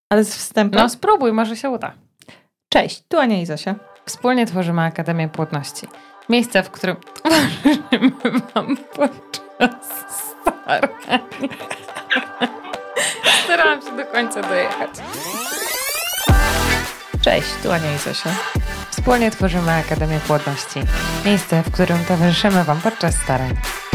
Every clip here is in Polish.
Ale z wstępem? No spróbuj, może się uda. Cześć, tu Ania i Zosia. Wspólnie tworzymy Akademię Płodności. Miejsce, w którym towarzyszymy wam podczas starań. Starałam się do końca dojechać. Cześć, tu Ania i Zosia. Wspólnie tworzymy Akademię Płodności. Miejsce, w którym towarzyszymy wam podczas starań.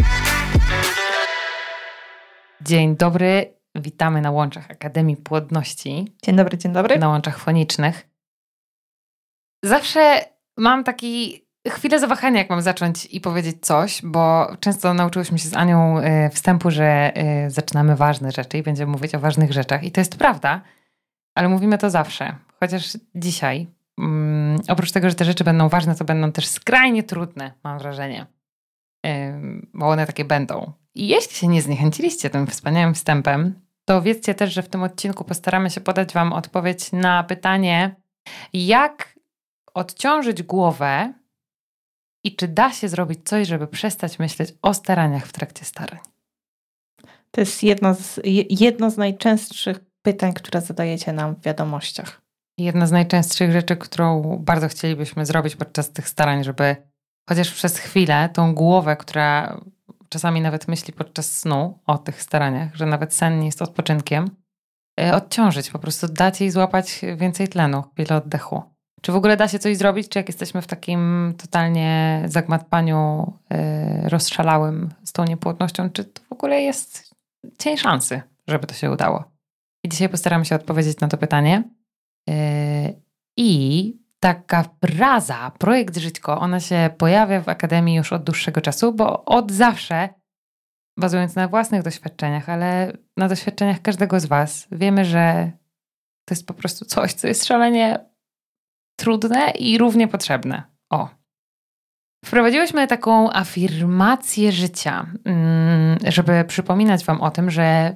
Dzień dobry, witamy na łączach Akademii Płodności. Dzień dobry, dzień dobry. Na łączach fonicznych. Zawsze mam taki chwilę zawahania, jak mam zacząć i powiedzieć coś, bo często nauczyłyśmy się z Anią wstępu, że zaczynamy ważne rzeczy i będziemy mówić o ważnych rzeczach. I to jest prawda, ale mówimy to zawsze. Chociaż dzisiaj, oprócz tego, że te rzeczy będą ważne, to będą też skrajnie trudne, mam wrażenie. Bo one takie będą. I jeśli się nie zniechęciliście tym wspaniałym wstępem, to wiedzcie też, że w tym odcinku postaramy się podać wam odpowiedź na pytanie, jak odciążyć głowę i czy da się zrobić coś, żeby przestać myśleć o staraniach w trakcie starań. To jest jedno z najczęstszych pytań, które zadajecie nam w wiadomościach. Jedna z najczęstszych rzeczy, którą bardzo chcielibyśmy zrobić podczas tych starań, żeby chociaż przez chwilę tą głowę, która czasami nawet myśli podczas snu o tych staraniach, że nawet sen nie jest odpoczynkiem, odciążyć, po prostu dać jej złapać więcej tlenu, chwilę oddechu. Czy w ogóle da się coś zrobić, czy jak jesteśmy w takim totalnie zagmatwaniu rozszalałym z tą niepłodnością, czy to w ogóle jest cień szansy, żeby to się udało? I dzisiaj postaramy się odpowiedzieć na to pytanie. I taka fraza, projekt Żyćko, ona się pojawia w Akademii już od dłuższego czasu, bo od zawsze, bazując na własnych doświadczeniach, ale na doświadczeniach każdego z was, wiemy, że to jest po prostu coś, co jest szalenie trudne i równie potrzebne. Wprowadziłyśmy taką afirmację życia, żeby przypominać wam o tym,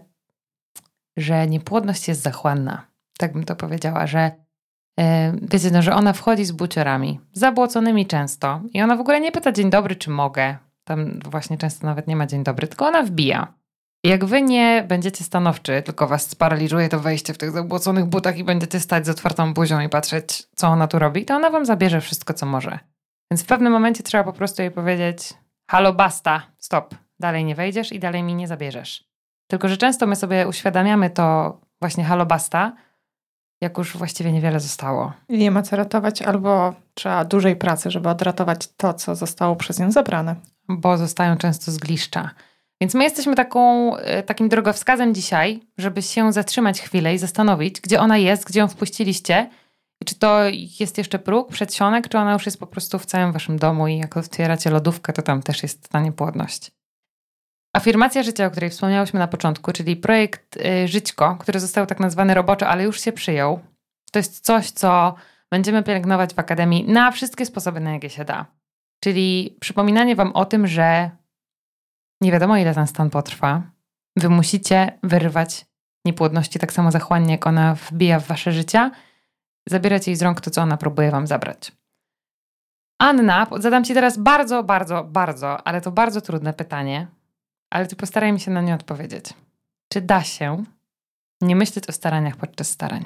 że niepłodność jest zachłanna. Tak bym to powiedziała, że wiecie, no, że ona wchodzi z buciorami, zabłoconymi często i ona w ogóle nie pyta dzień dobry, czy mogę. Tam właśnie często nawet nie ma dzień dobry, tylko ona wbija. I jak wy nie będziecie stanowczy, tylko was sparaliżuje to wejście w tych zabłoconych butach i będziecie stać z otwartą buzią i patrzeć, co ona tu robi, to ona wam zabierze wszystko, co może. Więc w pewnym momencie trzeba po prostu jej powiedzieć: halo, basta, stop, dalej nie wejdziesz i dalej mi nie zabierzesz. Tylko że często my sobie uświadamiamy to właśnie halo, basta, jak już właściwie niewiele zostało. Nie ma co ratować, albo trzeba dużej pracy, żeby odratować to, co zostało przez nią zabrane. Bo zostają często z gliszcza. Więc my jesteśmy takim drogowskazem dzisiaj, żeby się zatrzymać chwilę i zastanowić, gdzie ona jest, gdzie ją wpuściliście i czy to jest jeszcze próg, przedsionek, czy ona już jest po prostu w całym waszym domu i jak otwieracie lodówkę, to tam też jest ta niepłodność. Afirmacja życia, o której wspomniałyśmy na początku, czyli projekt Żyćko, który został tak nazwany roboczo, ale już się przyjął. To jest coś, co będziemy pielęgnować w Akademii na wszystkie sposoby, na jakie się da. Czyli przypominanie wam o tym, że nie wiadomo, ile ten stan potrwa. Wy musicie wyrywać niepłodności tak samo zachłannie, jak ona wbija w wasze życia, zabierać jej z rąk to, co ona próbuje wam zabrać. Anna, zadam ci teraz bardzo, bardzo, bardzo, ale to bardzo trudne pytanie, ale ty postaraj mi się na nie odpowiedzieć. Czy da się nie myśleć o staraniach podczas starań?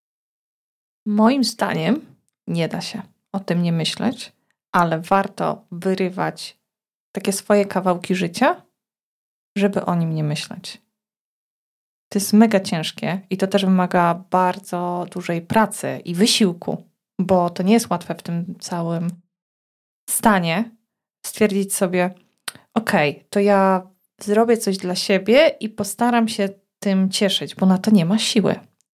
Moim zdaniem nie da się o tym nie myśleć, ale warto wyrywać takie swoje kawałki życia, żeby o nim nie myśleć. To jest mega ciężkie i to też wymaga bardzo dużej pracy i wysiłku, bo to nie jest łatwe w tym całym stanie stwierdzić sobie: okej, to ja zrobię coś dla siebie i postaram się tym cieszyć, bo na to nie ma siły.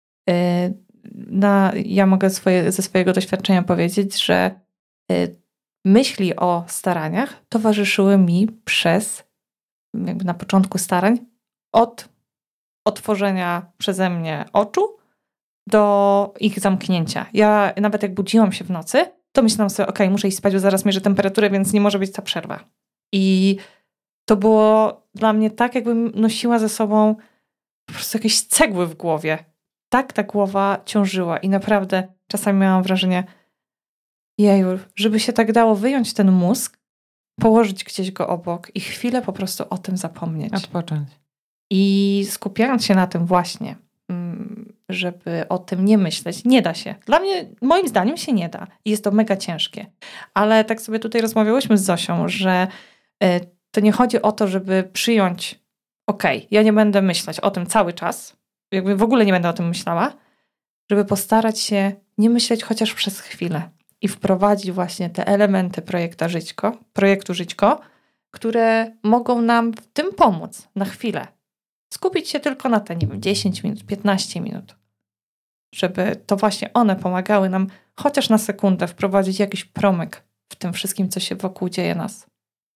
Ja mogę ze swojego doświadczenia powiedzieć, że myśli o staraniach towarzyszyły mi jakby na początku starań, od otworzenia przeze mnie oczu do ich zamknięcia. Ja nawet jak budziłam się w nocy, to myślałam sobie: okej, muszę iść spać, bo zaraz mierzę temperaturę, więc nie może być ta przerwa. I to było dla mnie tak, jakbym nosiła ze sobą po prostu jakieś cegły w głowie. Tak ta głowa ciążyła i naprawdę czasami miałam wrażenie: jeju, żeby się tak dało wyjąć ten mózg, położyć gdzieś go obok i chwilę po prostu o tym zapomnieć. Odpocząć. I skupiając się na tym właśnie, żeby o tym nie myśleć. Nie da się. Dla mnie, moim zdaniem się nie da. I jest to mega ciężkie. Ale tak sobie tutaj rozmawiałyśmy z Zosią, że to nie chodzi o to, żeby przyjąć ja nie będę myśleć o tym cały czas, jakby w ogóle nie będę o tym myślała, żeby postarać się nie myśleć chociaż przez chwilę i wprowadzić właśnie te elementy projektu Żyćko, które mogą nam w tym pomóc na chwilę. Skupić się tylko na te, 10 minut, 15 minut. Żeby to właśnie one pomagały nam chociaż na sekundę wprowadzić jakiś promyk w tym wszystkim, co się wokół dzieje nas.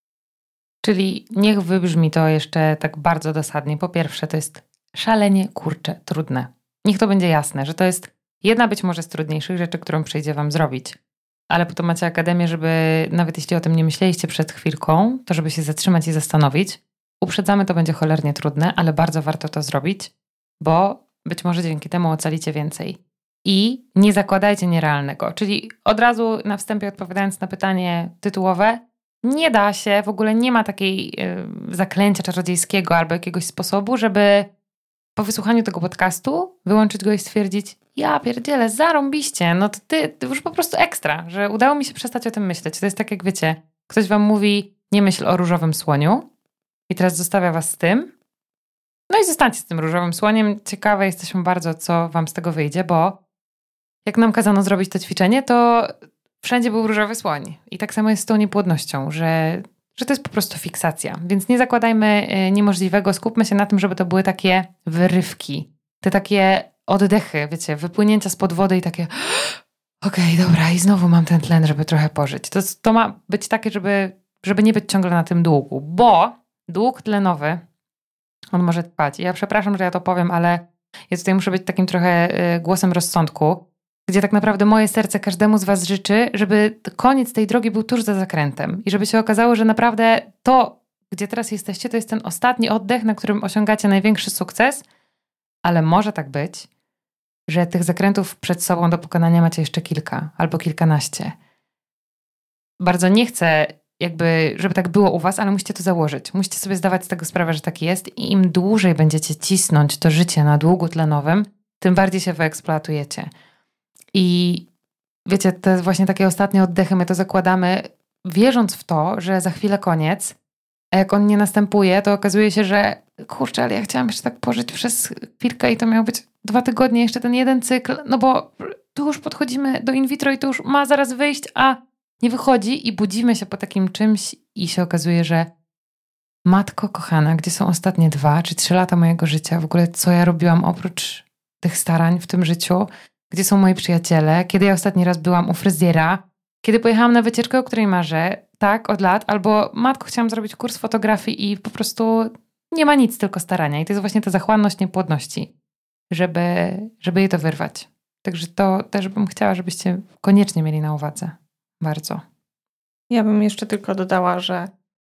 Czyli niech wybrzmi to jeszcze tak bardzo dosadnie. Po pierwsze, to jest szalenie, trudne. Niech to będzie jasne, że to jest jedna być może z trudniejszych rzeczy, którą przyjdzie wam zrobić. Ale po to macie akademię, żeby nawet jeśli o tym nie myśleliście przed chwilką, to żeby się zatrzymać i zastanowić. Uprzedzamy, to będzie cholernie trudne, ale bardzo warto to zrobić, bo być może dzięki temu ocalicie więcej. I nie zakładajcie nierealnego. Czyli od razu na wstępie odpowiadając na pytanie tytułowe, nie da się, w ogóle nie ma takiej zaklęcia czarodziejskiego albo jakiegoś sposobu, żeby po wysłuchaniu tego podcastu wyłączyć go i stwierdzić, ja pierdzielę, zarąbiście, no to ty już po prostu ekstra, że udało mi się przestać o tym myśleć. To jest tak jak wiecie, ktoś wam mówi, nie myśl o różowym słoniu i teraz zostawia was z tym. No i zostańcie z tym różowym słoniem. Ciekawe jesteśmy bardzo, co wam z tego wyjdzie, bo jak nam kazano zrobić to ćwiczenie, to wszędzie był różowy słoń. I tak samo jest z tą niepłodnością, że to jest po prostu fiksacja. Więc nie zakładajmy niemożliwego, skupmy się na tym, żeby to były takie wyrywki. Te takie oddechy, wiecie, wypłynięcia spod wody i takie okej, dobra, i znowu mam ten tlen, żeby trochę pożyć. To ma być takie, żeby nie być ciągle na tym długu, bo dług tlenowy, on może trwać. Ja przepraszam, że ja to powiem, ale ja tutaj muszę być takim trochę głosem rozsądku, gdzie tak naprawdę moje serce każdemu z was życzy, żeby koniec tej drogi był tuż za zakrętem i żeby się okazało, że naprawdę to, gdzie teraz jesteście, to jest ten ostatni oddech, na którym osiągacie największy sukces, ale może tak być, że tych zakrętów przed sobą do pokonania macie jeszcze kilka albo kilkanaście. Bardzo nie chcę żeby tak było u was, ale musicie to założyć. Musicie sobie zdawać z tego sprawę, że tak jest i im dłużej będziecie cisnąć to życie na długu tlenowym, tym bardziej się wyeksploatujecie. I wiecie, te właśnie takie ostatnie oddechy, my to zakładamy, wierząc w to, że za chwilę koniec, a jak on nie następuje, to okazuje się, że kurczę, ale ja chciałam jeszcze tak pożyć przez chwilkę i to miał być 2 tygodnie, jeszcze ten jeden cykl, no bo tu już podchodzimy do in vitro i to już ma zaraz wyjść, a nie wychodzi i budzimy się po takim czymś i się okazuje, że matko kochana, gdzie są ostatnie 2 czy 3 lata mojego życia, w ogóle co ja robiłam oprócz tych starań w tym życiu, gdzie są moi przyjaciele, kiedy ja ostatni raz byłam u fryzjera, kiedy pojechałam na wycieczkę, o której marzę, tak, od lat, albo matko, chciałam zrobić kurs fotografii i po prostu nie ma nic, tylko starania. I to jest właśnie ta zachłanność niepłodności, żeby jej to wyrwać. Także to też bym chciała, żebyście koniecznie mieli na uwadze. Bardzo. Ja bym jeszcze tylko dodała, że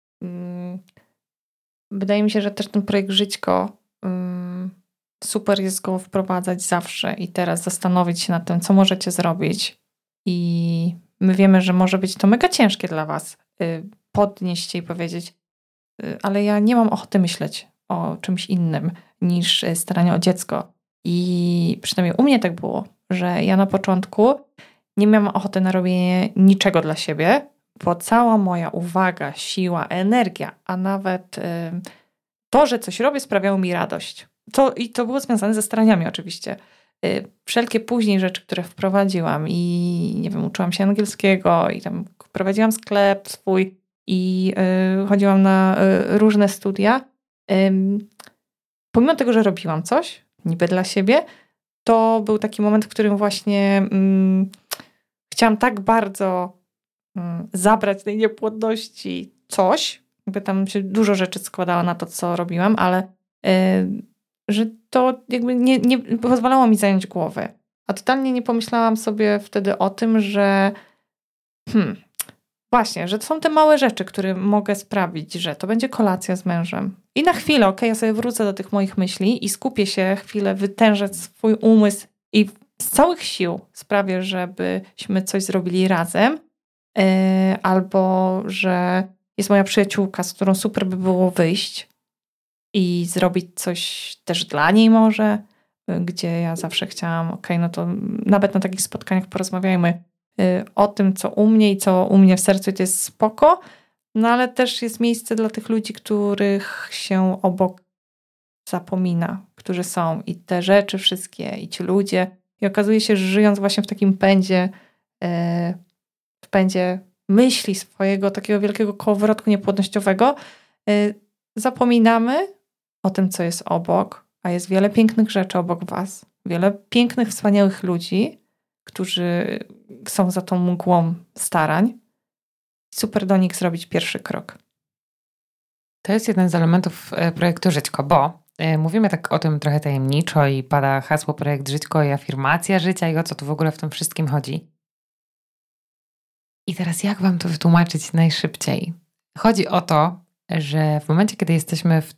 wydaje mi się, że też ten projekt Żyćko super jest go wprowadzać zawsze i teraz zastanowić się nad tym, co możecie zrobić. I my wiemy, że może być to mega ciężkie dla was podnieść się i powiedzieć, ale ja nie mam ochoty myśleć o czymś innym niż staranie o dziecko. I przynajmniej u mnie tak było, że ja na początku nie miałam ochoty na robienie niczego dla siebie, bo cała moja uwaga, siła, energia, a nawet to, że coś robię, sprawiało mi radość. I to było związane ze staraniami oczywiście. Wszelkie później rzeczy, które wprowadziłam i nie wiem, uczyłam się angielskiego i tam prowadziłam sklep swój i chodziłam na różne studia. Pomimo tego, że robiłam coś niby dla siebie, to był taki moment, w którym właśnie chciałam tak bardzo zabrać tej niepłodności coś, jakby tam się dużo rzeczy składało na to, co robiłam, ale że to jakby nie pozwalało mi zająć głowę. A totalnie nie pomyślałam sobie wtedy o tym, że właśnie, że to są te małe rzeczy, które mogę sprawić, że to będzie kolacja z mężem. I na chwilę, ja sobie wrócę do tych moich myśli i skupię się chwilę, wytężę swój umysł i z całych sił sprawię, żebyśmy coś zrobili razem. Albo, że jest moja przyjaciółka, z którą super by było wyjść i zrobić coś też dla niej może. gdzie ja zawsze chciałam, no to nawet na takich spotkaniach porozmawiajmy o tym, co u mnie i co u mnie w sercu, to jest spoko, no ale też jest miejsce dla tych ludzi, których się obok zapomina, którzy są i te rzeczy wszystkie i ci ludzie. I okazuje się, że żyjąc właśnie w takim pędzie myśli swojego takiego wielkiego kołowrotku niepłodnościowego, zapominamy o tym, co jest obok, a jest wiele pięknych rzeczy obok was. Wiele pięknych, wspaniałych ludzi, którzy są za tą mgłą starań. Super do nich zrobić pierwszy krok. To jest jeden z elementów projektu Żyćko, bo mówimy tak o tym trochę tajemniczo i pada hasło projekt Żyćko i afirmacja życia i o co tu w ogóle w tym wszystkim chodzi. I teraz jak wam to wytłumaczyć najszybciej? Chodzi o to, że w momencie, kiedy jesteśmy w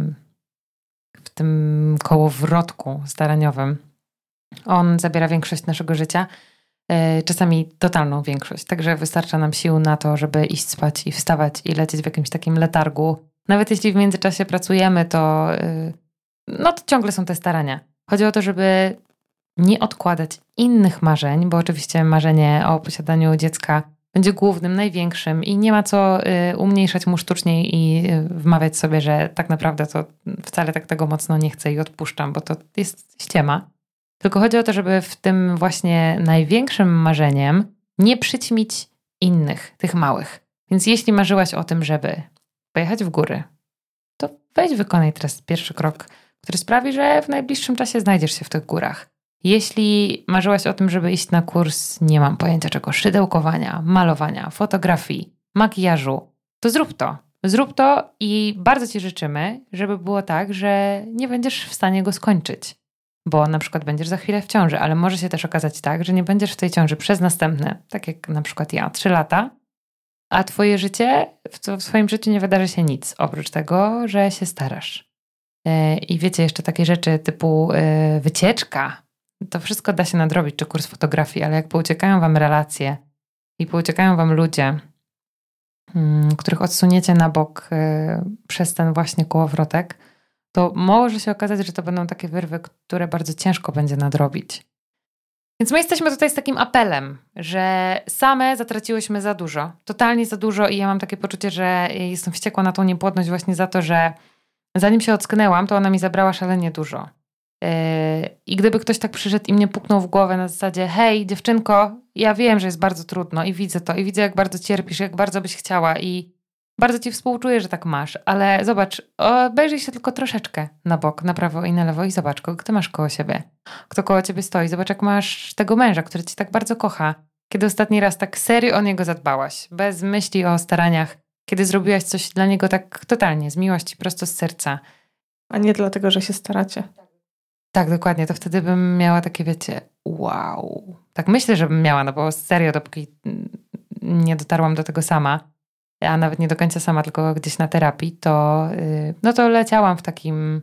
tym kołowrotku staraniowym, on zabiera większość naszego życia, czasami totalną większość. Także wystarcza nam sił na to, żeby iść spać i wstawać i lecieć w jakimś takim letargu. Nawet jeśli w międzyczasie pracujemy, to ciągle są te starania. Chodzi o to, żeby nie odkładać innych marzeń, bo oczywiście marzenie o posiadaniu dziecka będzie głównym, największym i nie ma co umniejszać mu sztucznie i wmawiać sobie, że tak naprawdę to wcale tak tego mocno nie chcę i odpuszczam, bo to jest ściema. Tylko chodzi o to, żeby w tym właśnie największym marzeniem nie przyćmić innych, tych małych. Więc jeśli marzyłaś o tym, żeby pojechać w góry, to weź wykonaj teraz pierwszy krok, który sprawi, że w najbliższym czasie znajdziesz się w tych górach. Jeśli marzyłaś o tym, żeby iść na kurs, nie mam pojęcia czego, szydełkowania, malowania, fotografii, makijażu, to zrób to. Zrób to i bardzo ci życzymy, żeby było tak, że nie będziesz w stanie go skończyć. Bo na przykład będziesz za chwilę w ciąży, ale może się też okazać tak, że nie będziesz w tej ciąży przez następne, tak jak na przykład ja, 3 lata, a twoje życie, w swoim życiu nie wydarzy się nic, oprócz tego, że się starasz. I wiecie, jeszcze takie rzeczy typu wycieczka, to wszystko da się nadrobić, czy kurs fotografii, ale jak pouciekają wam relacje i pouciekają wam ludzie, których odsuniecie na bok przez ten właśnie kołowrotek, to może się okazać, że to będą takie wyrwy, które bardzo ciężko będzie nadrobić. Więc my jesteśmy tutaj z takim apelem, że same zatraciłyśmy za dużo, totalnie za dużo i ja mam takie poczucie, że jestem wściekła na tą niepłodność właśnie za to, że zanim się ocknęłam, to ona mi zabrała szalenie dużo. I gdyby ktoś tak przyszedł i mnie puknął w głowę na zasadzie hej dziewczynko, ja wiem, że jest bardzo trudno i widzę to i widzę jak bardzo cierpisz, jak bardzo byś chciała i bardzo ci współczuję, że tak masz, ale zobacz, obejrzyj się tylko troszeczkę na bok, na prawo i na lewo i zobacz, kogo ty masz koło siebie, kto koło ciebie stoi, zobacz jak masz tego męża, który cię tak bardzo kocha, kiedy ostatni raz tak serio o niego zadbałaś, bez myśli o staraniach, kiedy zrobiłaś coś dla niego tak totalnie, z miłości, prosto z serca. A nie dlatego, że się staracie. Tak, dokładnie, to wtedy bym miała takie, wiecie, wow. Tak myślę, że bym miała, no bo serio, dopóki nie dotarłam do tego sama, a nawet nie do końca sama, tylko gdzieś na terapii, to leciałam w takim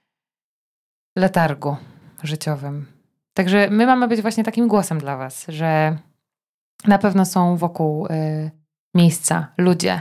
letargu życiowym. Także my mamy być właśnie takim głosem dla was, że na pewno są wokół miejsca, ludzie,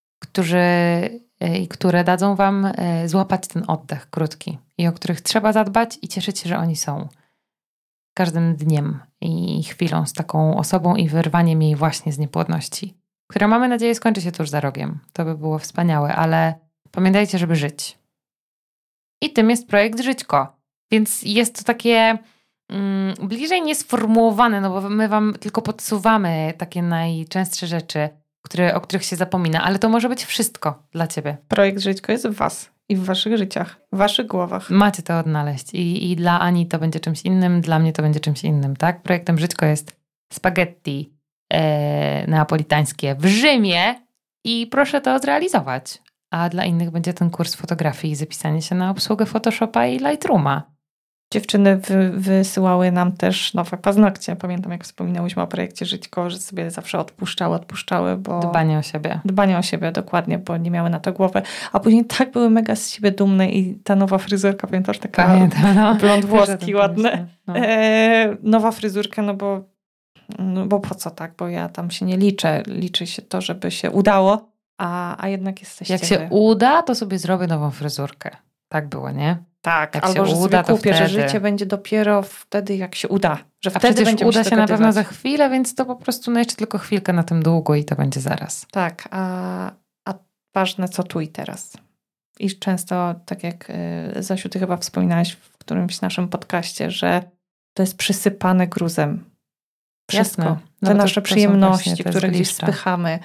które dadzą wam złapać ten oddech krótki i o których trzeba zadbać i cieszyć się, że oni są każdym dniem i chwilą z taką osobą i wyrwaniem jej właśnie z niepłodności, która mamy nadzieję skończy się tuż za rogiem. To by było wspaniałe, ale pamiętajcie, żeby żyć. I tym jest projekt Żyćko. Więc jest to takie bliżej niesformułowane, no bo my wam tylko podsuwamy takie najczęstsze rzeczy, o których się zapomina, ale to może być wszystko dla ciebie. Projekt Żyćko jest w was i w waszych życiach, w waszych głowach. Macie to odnaleźć i dla Ani to będzie czymś innym, dla mnie to będzie czymś innym, tak? Projektem Żyćko jest spaghetti neapolitańskie w Rzymie i proszę to zrealizować. A dla innych będzie ten kurs fotografii i zapisanie się na obsługę Photoshopa i Lightrooma. Dziewczyny wysyłały nam też nowe paznokcie. Pamiętam, jak wspominałyśmy o projekcie Żyćko, że sobie zawsze odpuszczały, bo... Dbanie o siebie. Dbanie o siebie, dokładnie, bo nie miały na to głowy. A później tak były mega z siebie dumne i ta nowa fryzurka, pamiętasz? Taka blond włoski ładne. No. Nowa fryzurka, no bo po co tak? Bo ja tam się nie liczę. Liczy się to, żeby się udało, a jednak jesteście... Jak się uda, to sobie zrobię nową fryzurkę. Tak było, nie? Tak, Jak albo się że uda, sobie kupię, to że wtedy. życie będzie dopiero wtedy, jak się uda. Że A wtedy przecież będziemy uda się na pewno dogadywać. za chwilę, więc to po prostu no jeszcze tylko chwilkę na tym długu i to będzie zaraz. Tak, a ważne co tu i teraz. I często, tak jak Zosiu, ty chyba wspominałaś w którymś naszym podcaście, że to jest przysypane gruzem. Wszystko. Jasne. No Te bo nasze to przyjemności, właśnie te które gdzieś zgliszcza. spychamy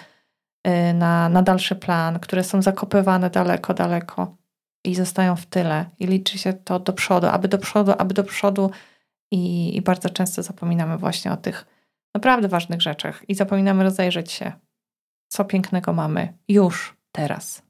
na dalszy plan, które są zakopywane daleko, daleko i zostają w tyle. I liczy się to do przodu, aby do przodu. I bardzo często zapominamy właśnie o tych naprawdę ważnych rzeczach i zapominamy rozejrzeć się, co pięknego mamy już teraz.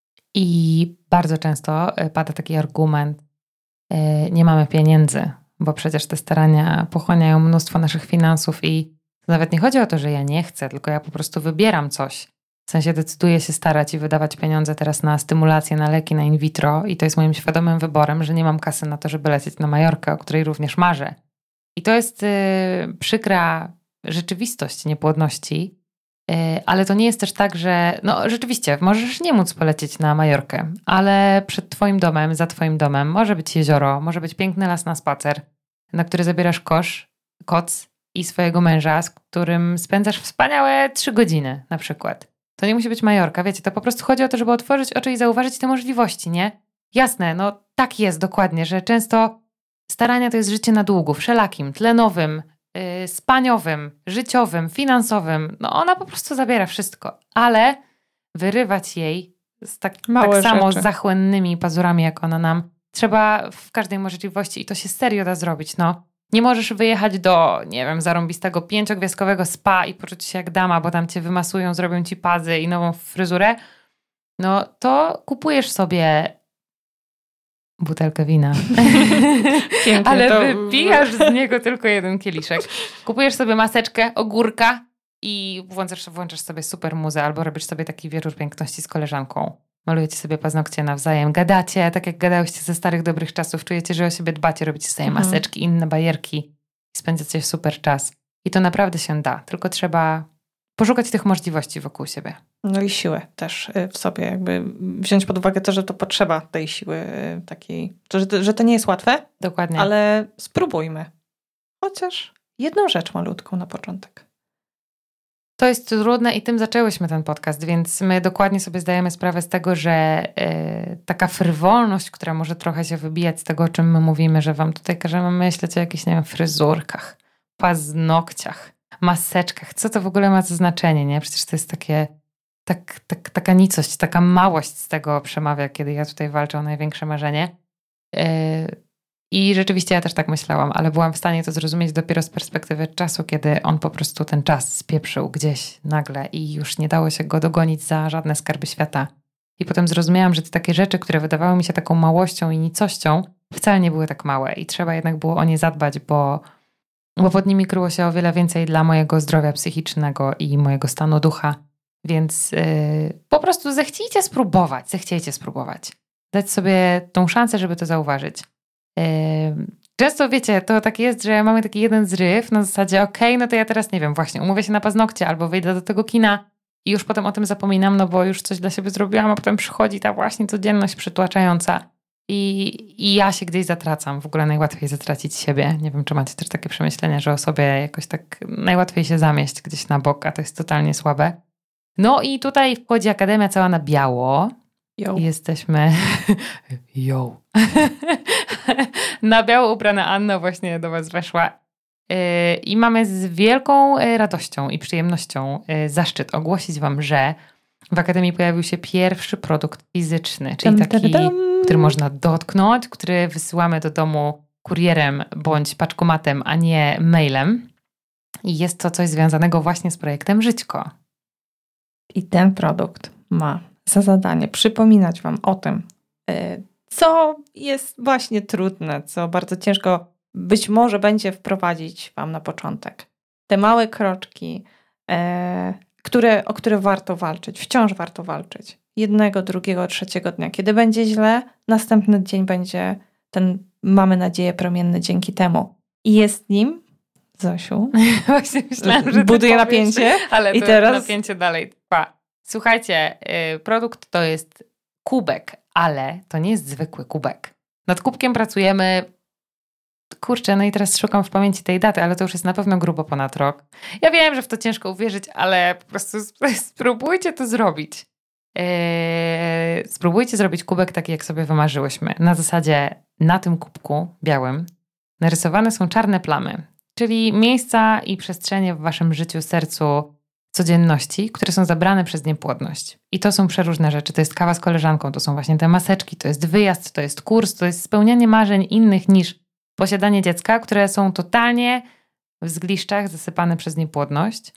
I bardzo często pada taki argument, nie mamy pieniędzy, bo przecież te starania pochłaniają mnóstwo naszych finansów i to nawet nie chodzi o to, że ja nie chcę, tylko ja po prostu wybieram coś. W sensie decyduję się starać i wydawać pieniądze teraz na stymulację, na leki, na in vitro i to jest moim świadomym wyborem, że nie mam kasy na to, żeby lecieć na Majorkę, o której również marzę. I to jest przykra rzeczywistość niepłodności, ale to nie jest też tak, że no rzeczywiście możesz nie móc polecieć na Majorkę, ale przed twoim domem, za twoim domem może być jezioro, może być piękny las na spacer, na który zabierasz koc i swojego męża, z którym spędzasz wspaniałe 3 godziny na przykład. To nie musi być Majorka, wiecie, to po prostu chodzi o to, żeby otworzyć oczy i zauważyć te możliwości, nie? Jasne, no tak jest dokładnie, że często starania to jest życie na długu, wszelakim, tlenowym, spaniowym, życiowym, finansowym. No ona po prostu zabiera wszystko, ale wyrywać jej tak samo z zachłannymi pazurami, jak ona nam, trzeba w każdej możliwości i to się serio da zrobić, no. Nie możesz wyjechać do, nie wiem, zarąbistego 5-gwiazdkowego spa i poczuć się jak dama, bo tam cię wymasują, zrobią ci pazy i nową fryzurę. No to kupujesz sobie butelkę wina. Pięknie, ale to wypijasz z niego tylko 1 kieliszek. Kupujesz sobie maseczkę, ogórka i włączasz sobie super muzę albo robisz sobie taki wieczór piękności z koleżanką. Malujecie sobie paznokcie nawzajem, gadacie, tak jak gadałyście ze starych dobrych czasów, czujecie, że o siebie dbacie, robicie sobie maseczki, inne bajerki i spędzacie super czas. I to naprawdę się da, tylko trzeba poszukać tych możliwości wokół siebie. No i siłę też w sobie, jakby wziąć pod uwagę to, że to potrzeba tej siły takiej, że to nie jest łatwe. Dokładnie. Ale spróbujmy. Chociaż jedną rzecz malutką na początek. To jest trudne i tym zaczęłyśmy ten podcast, więc my dokładnie sobie zdajemy sprawę z tego, że taka frywolność, która może trochę się wybijać z tego, o czym my mówimy, że wam tutaj każemy myśleć o jakichś, nie wiem, fryzurkach, paznokciach, maseczkach. Co to w ogóle ma za znaczenie, nie? Przecież to jest taka nicość, taka małość z tego przemawia, kiedy ja tutaj walczę o największe marzenie. I rzeczywiście ja też tak myślałam, ale byłam w stanie to zrozumieć dopiero z perspektywy czasu, kiedy on po prostu ten czas spieprzył gdzieś nagle i już nie dało się go dogonić za żadne skarby świata. I potem zrozumiałam, że te takie rzeczy, które wydawały mi się taką małością i nicością, wcale nie były tak małe i trzeba jednak było o nie zadbać, bo pod nimi kryło się o wiele więcej dla mojego zdrowia psychicznego i mojego stanu ducha. Więc po prostu zechciejcie spróbować. Dać sobie tą szansę, żeby to zauważyć. Często wiecie, to tak jest, że mamy taki jeden zryw na zasadzie okej, no to ja teraz nie wiem, właśnie umówię się na paznokcie albo wyjdę do tego kina i już potem o tym zapominam, no bo już coś dla siebie zrobiłam, a potem przychodzi ta właśnie codzienność przytłaczająca i ja się gdzieś zatracam. W ogóle najłatwiej zatracić siebie. Nie wiem, czy macie też takie przemyślenia, że o sobie jakoś tak najłatwiej się zamieść gdzieś na bok, a to jest totalnie słabe. No i tutaj wchodzi Akademia cała na biało. Yo. Jesteśmy na biało ubrana Anna właśnie do was weszła i mamy z wielką radością i przyjemnością zaszczyt ogłosić wam, że w Akademii pojawił się pierwszy produkt fizyczny, czyli taki, który można dotknąć, który wysyłamy do domu kurierem bądź paczkomatem, a nie mailem. I jest to coś związanego właśnie z projektem Żyćko. I ten produkt ma za zadanie przypominać wam o tym, co jest właśnie trudne, co bardzo ciężko być może będzie wprowadzić wam na początek. Te małe kroczki, o które warto walczyć, wciąż warto walczyć. 1, 2, 3 dnia. Kiedy będzie źle, następny dzień będzie ten, mamy nadzieję, promienny dzięki temu. I jest nim, Zosiu, właśnie myślałam, że buduje napięcie. Ale i to teraz napięcie dalej trwa. Słuchajcie, produkt to jest kubek, ale to nie jest zwykły kubek. Nad kubkiem pracujemy, kurczę, no i teraz szukam w pamięci tej daty, ale to już jest na pewno grubo ponad rok. Ja wiem, że w to ciężko uwierzyć, ale po prostu spróbujcie to zrobić. Spróbujcie zrobić kubek taki, jak sobie wymarzyłyśmy. Na zasadzie na tym kubku białym narysowane są czarne plamy, czyli miejsca i przestrzenie w waszym życiu, sercu, codzienności, które są zabrane przez niepłodność. I to są przeróżne rzeczy. To jest kawa z koleżanką, to są właśnie te maseczki, to jest wyjazd, to jest kurs, to jest spełnianie marzeń innych niż posiadanie dziecka, które są totalnie w zgliszczach zasypane przez niepłodność.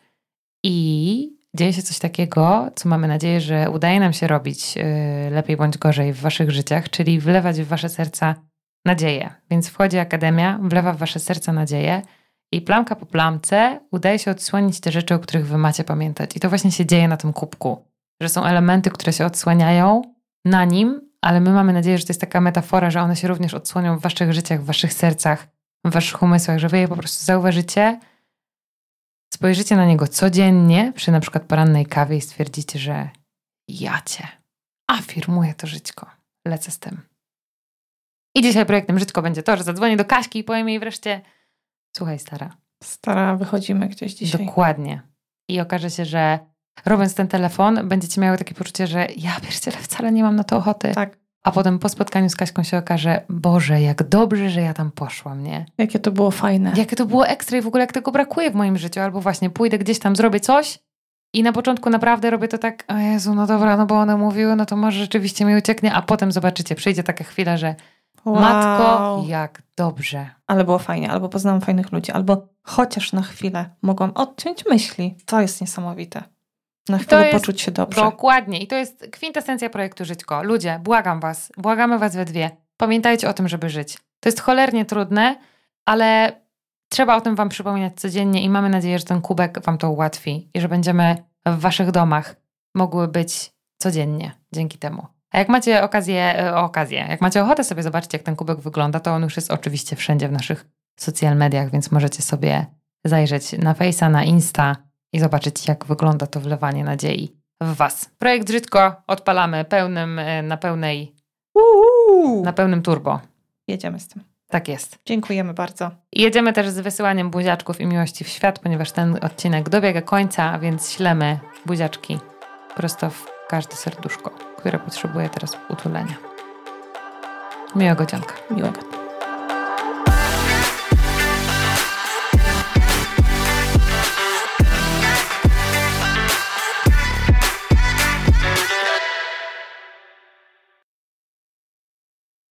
I dzieje się coś takiego, co mamy nadzieję, że udaje nam się robić lepiej bądź gorzej w waszych życiach, czyli wlewać w wasze serca nadzieję. Więc wchodzi Akademia, wlewa w wasze serca nadzieję i plamka po plamce udaje się odsłonić te rzeczy, o których wy macie pamiętać. I to właśnie się dzieje na tym kubku, że są elementy, które się odsłaniają na nim, ale my mamy nadzieję, że to jest taka metafora, że one się również odsłonią w waszych życiach, w waszych sercach, w waszych umysłach, że wy je po prostu zauważycie, spojrzycie na niego codziennie przy na przykład porannej kawie i stwierdzicie, że ja cię afirmuję to żyćko, lecę z tym. I dzisiaj projektem Żyćko będzie to, że zadzwonię do Kaśki i powiem jej wreszcie: słuchaj stara, wychodzimy gdzieś dzisiaj. Dokładnie. I okaże się, że robiąc ten telefon, będziecie miały takie poczucie, że ja pierdzielę, wcale nie mam na to ochoty. Tak. A potem po spotkaniu z Kaśką się okaże: Boże, jak dobrze, że ja tam poszłam, nie? Jakie to było fajne. Jakie to było ekstra i w ogóle jak tego brakuje w moim życiu. Albo właśnie pójdę gdzieś tam, zrobię coś i na początku naprawdę robię to tak: o Jezu, no dobra, no bo one mówiły, no to może rzeczywiście mi ucieknie, a potem zobaczycie, przyjdzie taka chwila, że matko, jak dobrze. Ale było fajnie, albo poznałam fajnych ludzi, albo chociaż na chwilę mogłam odciąć myśli. To jest niesamowite. Na chwilę poczuć się dobrze. Dokładnie. I to jest kwintesencja projektu Żyćko. Ludzie, błagam was, błagamy was we dwie. Pamiętajcie o tym, żeby żyć. To jest cholernie trudne, ale trzeba o tym wam przypominać codziennie i mamy nadzieję, że ten kubek wam to ułatwi i że będziemy w waszych domach mogły być codziennie dzięki temu. A jak macie jak macie ochotę sobie zobaczyć, jak ten kubek wygląda, to on już jest oczywiście wszędzie w naszych social mediach, więc możecie sobie zajrzeć na Face'a, na Insta i zobaczyć, jak wygląda to wlewanie nadziei w was. Projekt Żyćko odpalamy na pełnym turbo. Jedziemy z tym. Tak jest. Dziękujemy bardzo. I jedziemy też z wysyłaniem buziaczków i miłości w świat, ponieważ ten odcinek dobiega końca, a więc ślemy buziaczki prosto w każde serduszko, które potrzebuje teraz utulenia. Miłego dzionka. Miłego.